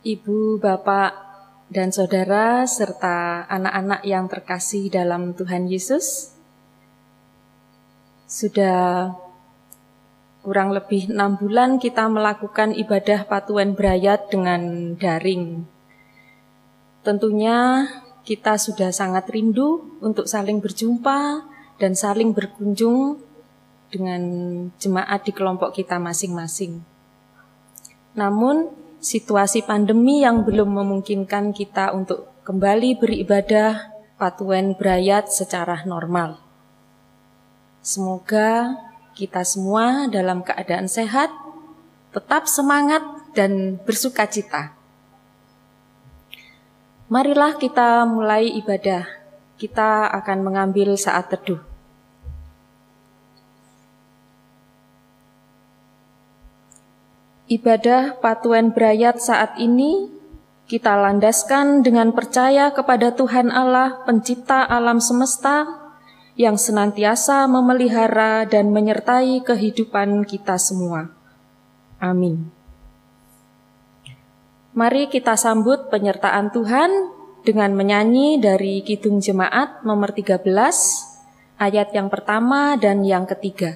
Ibu, Bapak, dan Saudara, serta anak-anak yang terkasih dalam Tuhan Yesus, sudah kurang lebih 6 bulan kita melakukan ibadah Patuan Brayat dengan daring. Tentunya kita sudah sangat rindu untuk saling berjumpa dan saling berkunjung dengan jemaat di kelompok kita masing-masing. Namun, situasi pandemi yang belum memungkinkan kita untuk kembali beribadah Patuan Brayat secara normal. Semoga kita semua dalam keadaan sehat, tetap semangat dan bersukacita. Marilah kita mulai ibadah. Kita akan mengambil saat teduh. Ibadah Patuan Brayat saat ini kita landaskan dengan percaya kepada Tuhan Allah, Pencipta alam semesta, yang senantiasa memelihara dan menyertai kehidupan kita semua. Amin. Mari kita sambut penyertaan Tuhan dengan menyanyi dari Kidung Jemaat nomor 13, ayat yang pertama dan yang ketiga.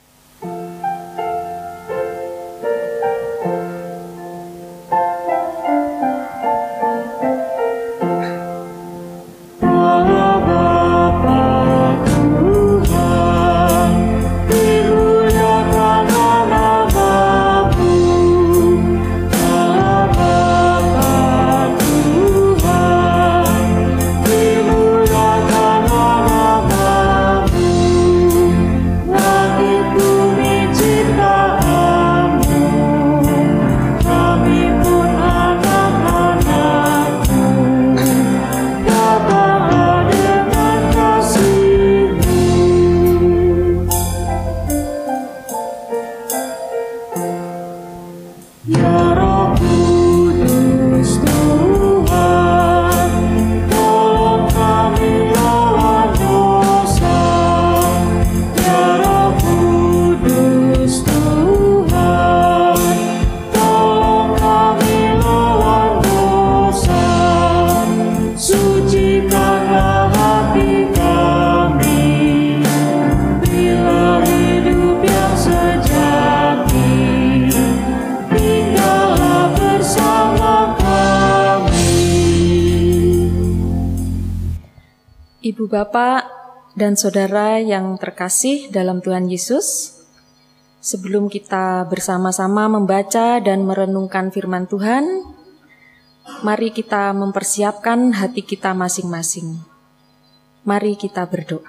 Ibu, Bapak, dan Saudara yang terkasih dalam Tuhan Yesus, sebelum kita bersama-sama membaca dan merenungkan firman Tuhan, mari kita mempersiapkan hati kita masing-masing. Mari kita berdoa.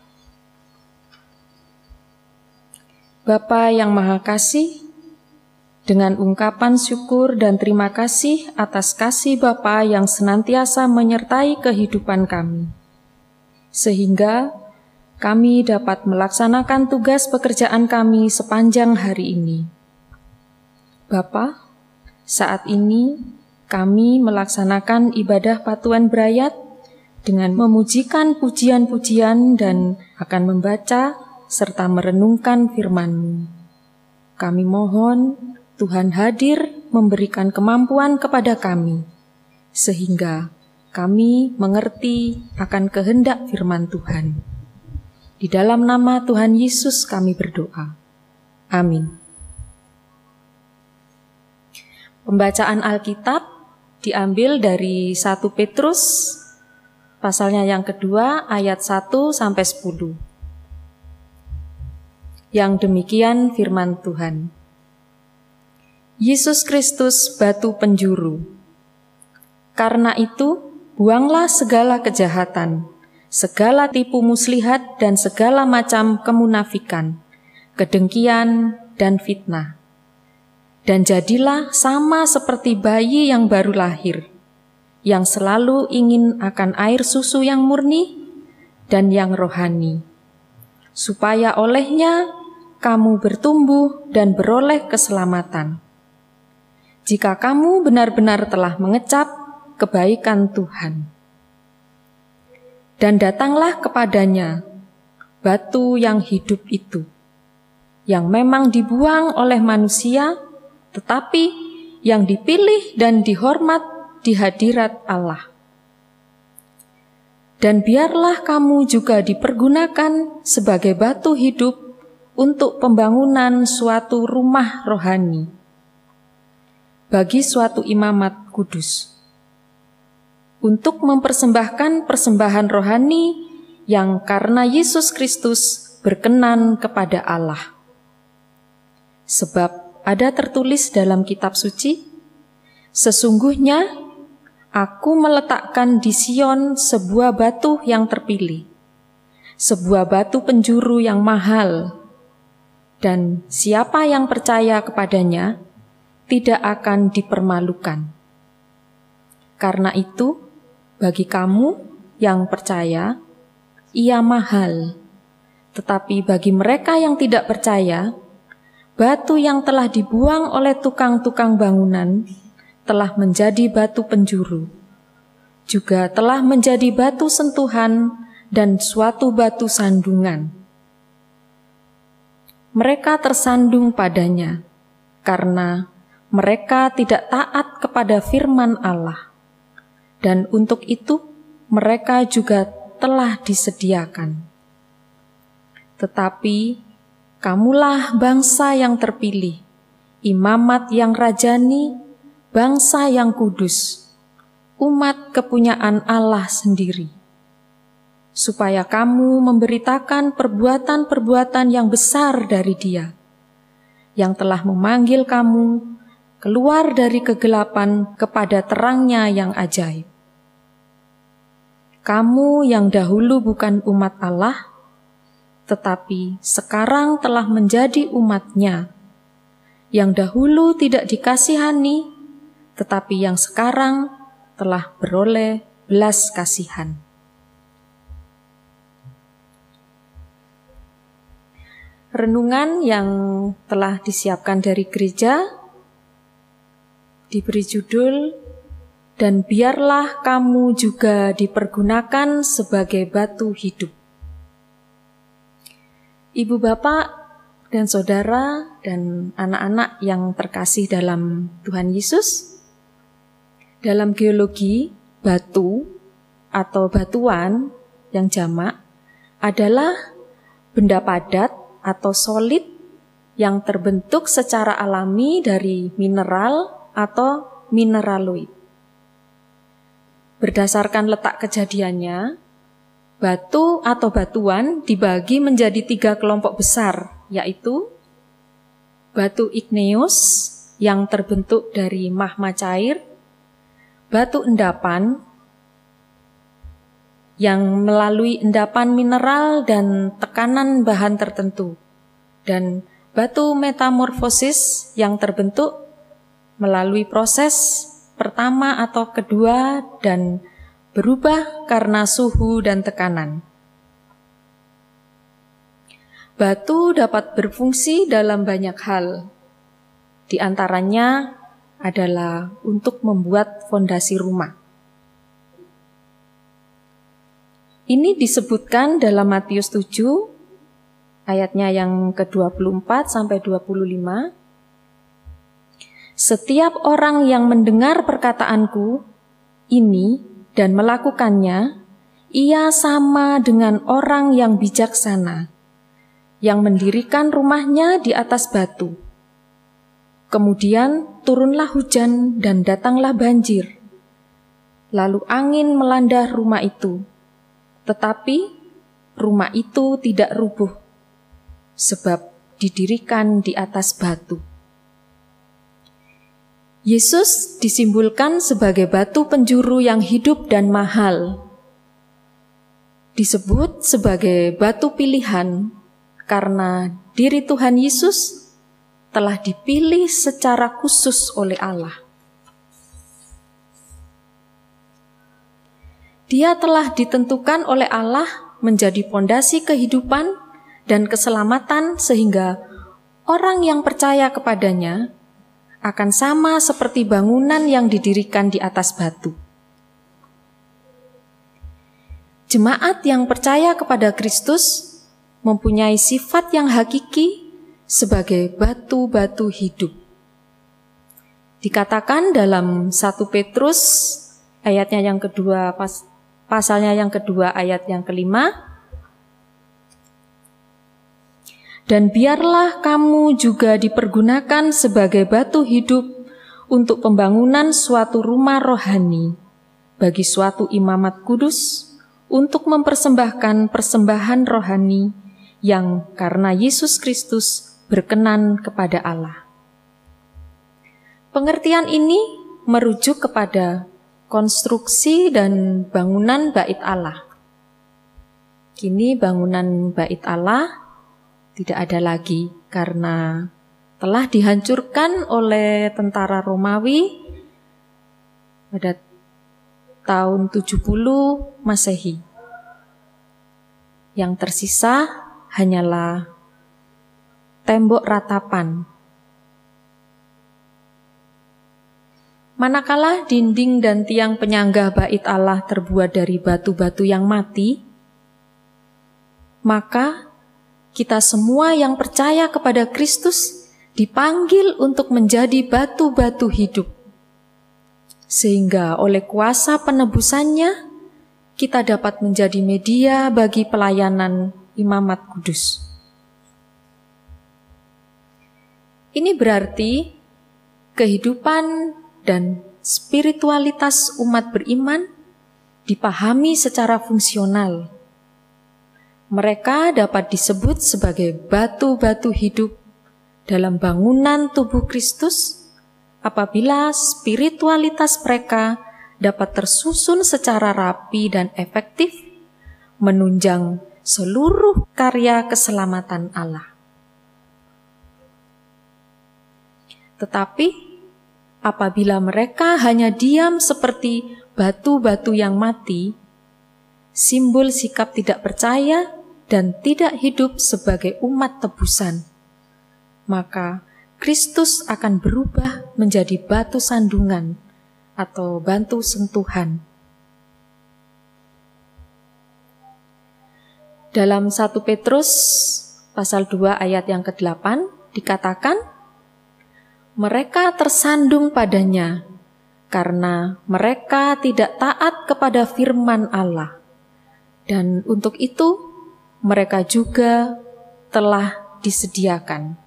Bapa yang Maha Kasih, dengan ungkapan syukur dan terima kasih atas kasih Bapa yang senantiasa menyertai kehidupan kami, sehingga kami dapat melaksanakan tugas pekerjaan kami sepanjang hari ini. Bapa, saat ini kami melaksanakan ibadah Patuan Brayat dengan memujikan pujian-pujian dan akan membaca serta merenungkan firman-Mu. Kami mohon Tuhan hadir memberikan kemampuan kepada kami, sehingga kami mengerti akan kehendak firman Tuhan. Di dalam nama Tuhan Yesus kami berdoa. Amin. Pembacaan Alkitab diambil dari 1 Petrus, pasalnya yang kedua, ayat 1-10. Yang demikian firman Tuhan. Yesus Kristus batu penjuru. Karena itu, buanglah segala kejahatan, segala tipu muslihat dan segala macam kemunafikan, kedengkian dan fitnah. Dan jadilah sama seperti bayi yang baru lahir, yang selalu ingin akan air susu yang murni dan yang rohani, supaya olehnya kamu bertumbuh dan beroleh keselamatan. Jika kamu benar-benar telah mengecap kebaikan Tuhan. Dan datanglah kepadanya batu yang hidup itu, yang memang dibuang oleh manusia, tetapi yang dipilih dan dihormat di hadirat Allah. Dan biarlah kamu juga dipergunakan sebagai batu hidup untuk pembangunan suatu rumah rohani bagi suatu imamat kudus, untuk mempersembahkan persembahan rohani yang karena Yesus Kristus berkenan kepada Allah. Sebab ada tertulis dalam kitab suci, sesungguhnya aku meletakkan di Sion sebuah batu yang terpilih, sebuah batu penjuru yang mahal, dan siapa yang percaya kepadanya tidak akan dipermalukan. Karena itu, bagi kamu yang percaya, ia mahal. Tetapi bagi mereka yang tidak percaya, batu yang telah dibuang oleh tukang-tukang bangunan telah menjadi batu penjuru, juga telah menjadi batu sentuhan dan suatu batu sandungan. Mereka tersandung padanya karena mereka tidak taat kepada firman Allah, dan untuk itu mereka juga telah disediakan. Tetapi kamulah bangsa yang terpilih, imamat yang rajani, bangsa yang kudus, umat kepunyaan Allah sendiri, supaya kamu memberitakan perbuatan-perbuatan yang besar dari Dia, yang telah memanggil kamu keluar dari kegelapan kepada terang-Nya yang ajaib. Kamu yang dahulu bukan umat Allah, tetapi sekarang telah menjadi umat-Nya, yang dahulu tidak dikasihani, tetapi yang sekarang telah beroleh belas kasihan. Renungan yang telah disiapkan dari gereja diberi judul, "Dan biarlah kamu juga dipergunakan sebagai batu hidup." Ibu bapak dan saudara dan anak-anak yang terkasih dalam Tuhan Yesus, dalam geologi, batu atau batuan yang jamak adalah benda padat atau solid yang terbentuk secara alami dari mineral atau mineraloid. Berdasarkan letak kejadiannya, batu atau batuan dibagi menjadi 3 kelompok besar, yaitu batu igneus yang terbentuk dari magma cair, batu endapan yang melalui endapan mineral dan tekanan bahan tertentu, dan batu metamorfosis yang terbentuk melalui proses pertama atau kedua dan berubah karena suhu dan tekanan. Batu dapat berfungsi dalam banyak hal. Di antaranya adalah untuk membuat fondasi rumah. Ini disebutkan dalam Matius 7, ayatnya yang ke-24 sampai 25. Setiap orang yang mendengar perkataanku ini dan melakukannya, ia sama dengan orang yang bijaksana, yang mendirikan rumahnya di atas batu. Kemudian turunlah hujan dan datanglah banjir. Lalu angin melanda rumah itu, tetapi rumah itu tidak rubuh, sebab didirikan di atas batu. Yesus disimbolkan sebagai batu penjuru yang hidup dan mahal. Disebut sebagai batu pilihan karena diri Tuhan Yesus telah dipilih secara khusus oleh Allah. Dia telah ditentukan oleh Allah menjadi pondasi kehidupan dan keselamatan sehingga orang yang percaya kepadanya akan sama seperti bangunan yang didirikan di atas batu. Jemaat yang percaya kepada Kristus mempunyai sifat yang hakiki sebagai batu-batu hidup. Dikatakan dalam 1 Petrus ayatnya yang kedua, pasalnya yang kedua ayat yang kelima, dan biarlah kamu juga dipergunakan sebagai batu hidup untuk pembangunan suatu rumah rohani bagi suatu imamat kudus, untuk mempersembahkan persembahan rohani yang karena Yesus Kristus berkenan kepada Allah. Pengertian ini merujuk kepada konstruksi dan bangunan bait Allah. Kini bangunan bait Allah tidak ada lagi karena telah dihancurkan oleh tentara Romawi pada tahun 70 Masehi. Yang tersisa hanyalah tembok ratapan. Manakala dinding dan tiang penyangga bait Allah terbuat dari batu-batu yang mati, maka kita semua yang percaya kepada Kristus dipanggil untuk menjadi batu-batu hidup. Sehingga oleh kuasa penebusannya, kita dapat menjadi media bagi pelayanan imamat kudus. Ini berarti kehidupan dan spiritualitas umat beriman dipahami secara fungsional. Mereka dapat disebut sebagai batu-batu hidup dalam bangunan tubuh Kristus apabila spiritualitas mereka dapat tersusun secara rapi dan efektif, menunjang seluruh karya keselamatan Allah. Tetapi apabila mereka hanya diam seperti batu-batu yang mati, simbol sikap tidak percaya dan tidak hidup sebagai umat tebusan, maka Kristus akan berubah menjadi batu sandungan atau batu sentuhan. Dalam 1 Petrus pasal 2 ayat yang ke-8 dikatakan, mereka tersandung padanya karena mereka tidak taat kepada firman Allah, dan untuk itu mereka juga telah disediakan.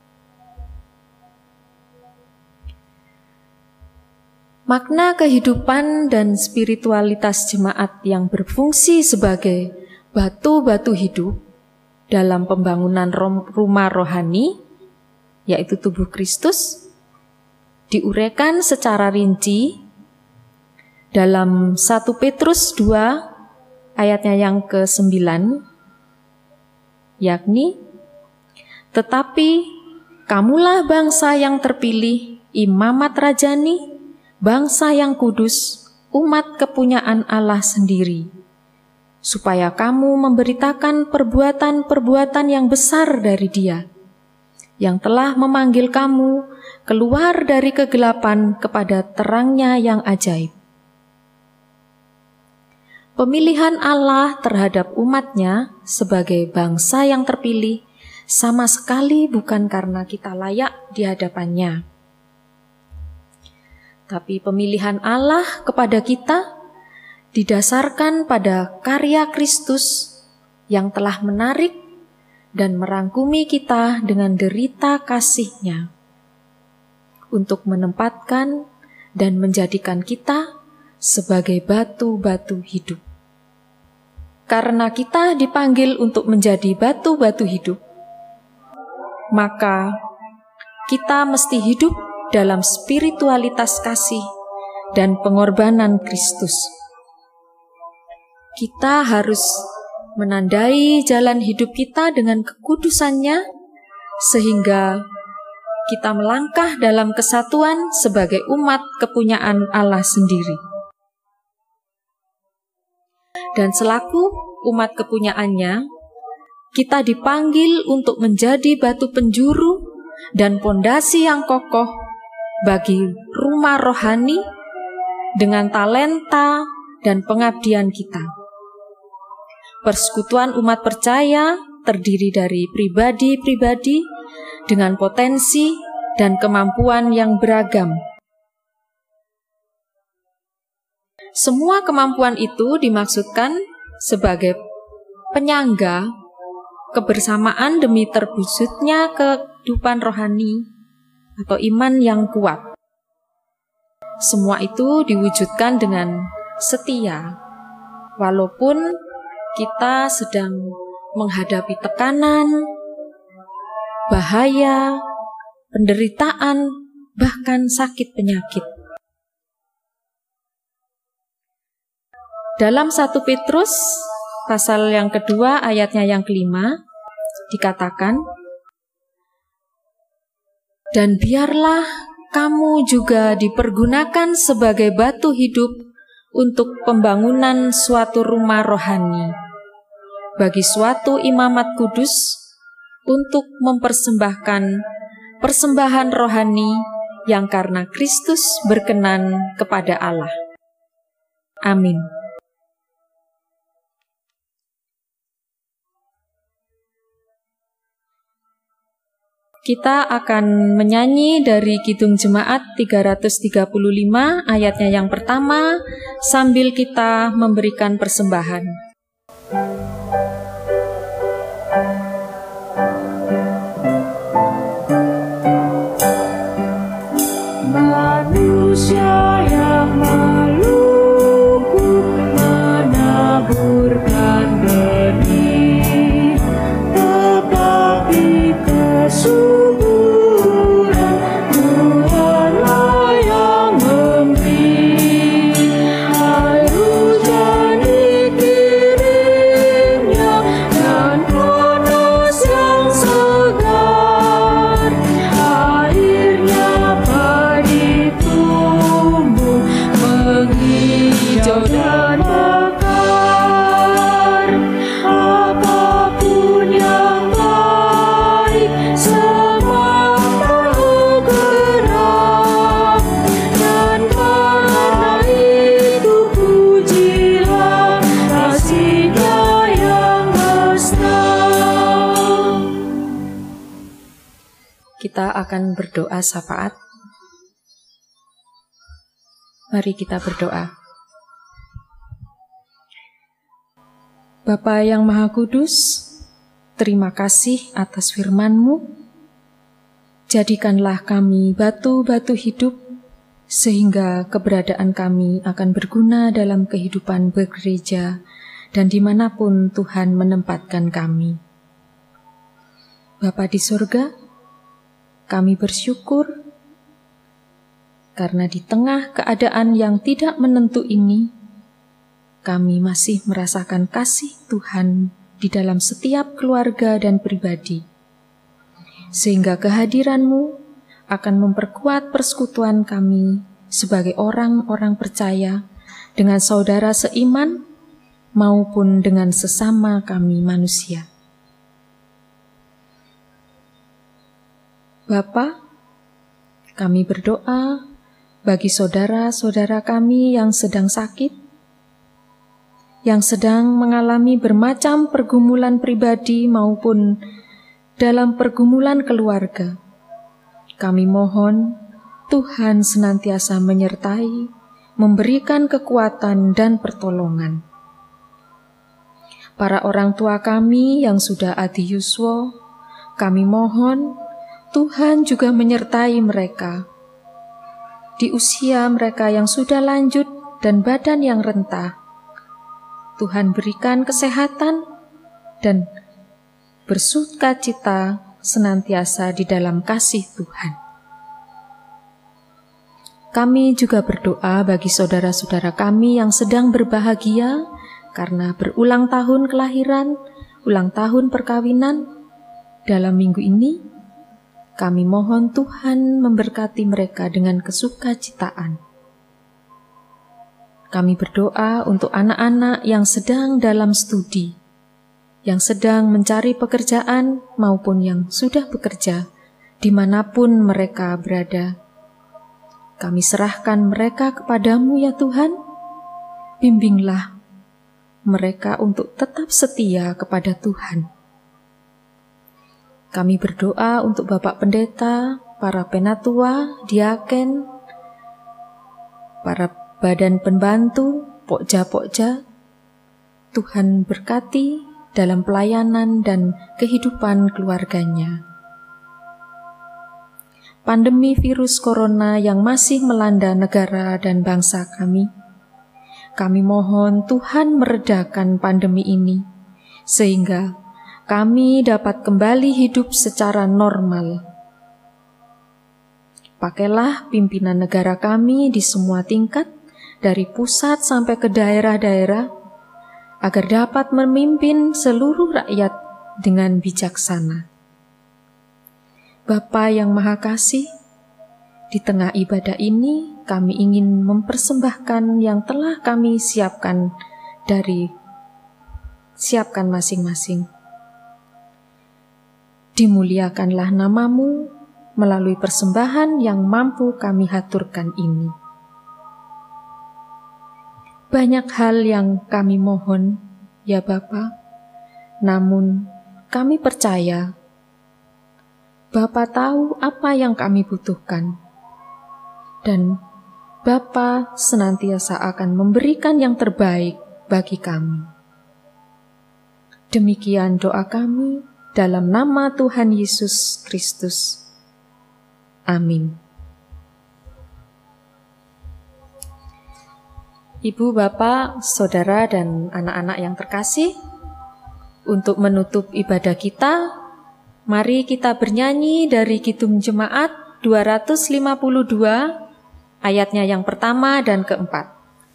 Makna kehidupan dan spiritualitas jemaat yang berfungsi sebagai batu-batu hidup dalam pembangunan rumah rohani, yaitu tubuh Kristus, diuraikan secara rinci dalam 1 Petrus 2 ayatnya yang ke-9, yakni, tetapi kamulah bangsa yang terpilih, imamat rajani, bangsa yang kudus, umat kepunyaan Allah sendiri, supaya kamu memberitakan perbuatan-perbuatan yang besar dari Dia, yang telah memanggil kamu keluar dari kegelapan kepada terang-Nya yang ajaib. Pemilihan Allah terhadap umat-Nya sebagai bangsa yang terpilih sama sekali bukan karena kita layak di hadapan-Nya. Tapi pemilihan Allah kepada kita didasarkan pada karya Kristus yang telah menarik dan merangkumi kita dengan derita kasih-Nya untuk menempatkan dan menjadikan kita sebagai batu-batu hidup. Karena kita dipanggil untuk menjadi batu-batu hidup, maka kita mesti hidup dalam spiritualitas kasih dan pengorbanan Kristus. Kita harus menandai jalan hidup kita dengan kekudusan-Nya, sehingga kita melangkah dalam kesatuan sebagai umat kepunyaan Allah sendiri. Dan selaku umat kepunyaan-Nya, kita dipanggil untuk menjadi batu penjuru dan pondasi yang kokoh bagi rumah rohani dengan talenta dan pengabdian kita. Persekutuan umat percaya terdiri dari pribadi-pribadi dengan potensi dan kemampuan yang beragam Semua kemampuan itu dimaksudkan sebagai penyangga kebersamaan demi terwujudnya kehidupan rohani atau iman yang kuat. Semua itu diwujudkan dengan setia, walaupun kita sedang menghadapi tekanan, bahaya, penderitaan, bahkan sakit penyakit. Dalam 1 Petrus pasal yang kedua ayatnya yang kelima dikatakan, dan biarlah kamu juga dipergunakan sebagai batu hidup untuk pembangunan suatu rumah rohani, bagi suatu imamat kudus, untuk mempersembahkan persembahan rohani yang karena Kristus berkenan kepada Allah. Amin. Kita akan menyanyi dari Kidung Jemaat 335 ayatnya yang pertama sambil kita memberikan persembahan. Manusia yang maluku menaburkan benih, tetapi kesuburan Tuhanlah yang memberi. Air hujan dikirimnya dan panas yang segar, airnya padi tumbuh menghijau dan mekar. Apapun yang baik semua tahu gerak, dan karena itu pujilah kasih-Nya yang mesra. Kita akan berdoa syafaat. Mari kita berdoa. Bapa yang Maha Kudus, terima kasih atas firman-Mu. Jadikanlah kami batu-batu hidup, sehingga keberadaan kami akan berguna dalam kehidupan bergereja dan dimanapun Tuhan menempatkan kami. Bapa di surga, kami bersyukur karena di tengah keadaan yang tidak menentu ini, kami masih merasakan kasih Tuhan di dalam setiap keluarga dan pribadi, sehingga kehadiran-Mu akan memperkuat persekutuan kami sebagai orang-orang percaya dengan saudara seiman maupun dengan sesama kami manusia. Bapa, kami berdoa bagi saudara-saudara kami yang sedang sakit, yang sedang mengalami bermacam pergumulan pribadi maupun dalam pergumulan keluarga. Kami mohon Tuhan senantiasa menyertai, memberikan kekuatan dan pertolongan. Para orang tua kami yang sudah adi yuswa, kami mohon Tuhan juga menyertai mereka. Di usia mereka yang sudah lanjut dan badan yang rentah, Tuhan berikan kesehatan dan bersukacita senantiasa di dalam kasih Tuhan. Kami juga berdoa bagi saudara-saudara kami yang sedang berbahagia karena berulang tahun kelahiran, ulang tahun perkawinan. Dalam minggu ini, kami mohon Tuhan memberkati mereka dengan kesukacitaan. Kami berdoa untuk anak-anak yang sedang dalam studi, yang sedang mencari pekerjaan maupun yang sudah bekerja, dimanapun mereka berada. Kami serahkan mereka kepadamu ya Tuhan. Bimbinglah mereka untuk tetap setia kepada Tuhan. Kami berdoa untuk Bapak Pendeta, para penatua, diaken, para badan pembantu, pokja-pokja. Tuhan berkati dalam pelayanan dan kehidupan keluarganya. Pandemi virus corona yang masih melanda negara dan bangsa kami mohon Tuhan meredakan pandemi ini, sehingga kami dapat kembali hidup secara normal. Pakailah pimpinan negara kami di semua tingkat, dari pusat sampai ke daerah-daerah, agar dapat memimpin seluruh rakyat dengan bijaksana. Bapa yang Maha Kasih, di tengah ibadah ini kami ingin mempersembahkan yang telah kami siapkan masing-masing. Dimuliakanlah nama-Mu melalui persembahan yang mampu kami haturkan ini. Banyak hal yang kami mohon, ya Bapa, namun kami percaya Bapa tahu apa yang kami butuhkan, dan Bapa senantiasa akan memberikan yang terbaik bagi kami. Demikian doa kami dalam nama Tuhan Yesus Kristus. Amin. Ibu, Bapak, Saudara, dan anak-anak yang terkasih, untuk menutup ibadah kita, mari kita bernyanyi dari Kidung Jemaat 252, ayatnya yang pertama dan keempat.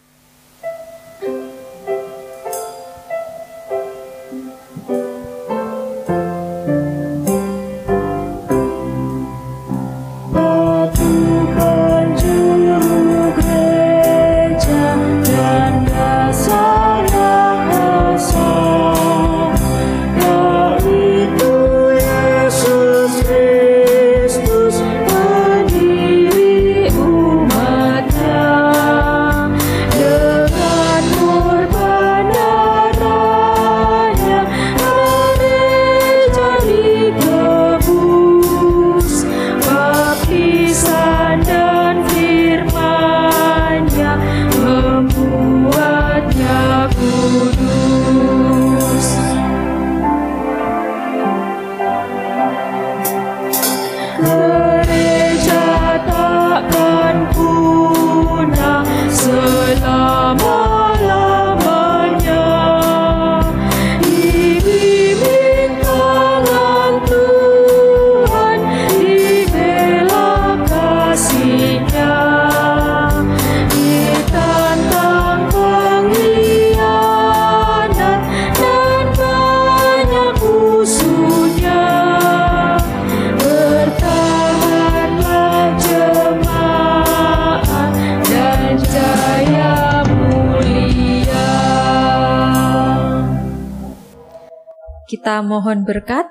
Kita mohon berkat,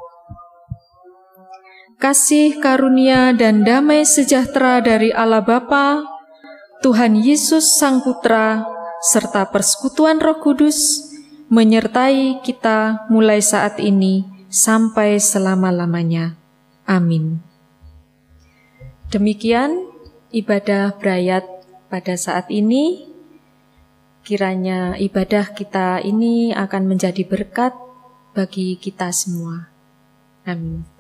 kasih karunia dan damai sejahtera dari Allah Bapa, Tuhan Yesus Sang Putra, serta persekutuan Roh Kudus menyertai kita mulai saat ini sampai selama-lamanya. Amin. Demikian ibadah brayat pada saat ini. Kiranya ibadah kita ini akan menjadi berkat bagi kita semua. Amin.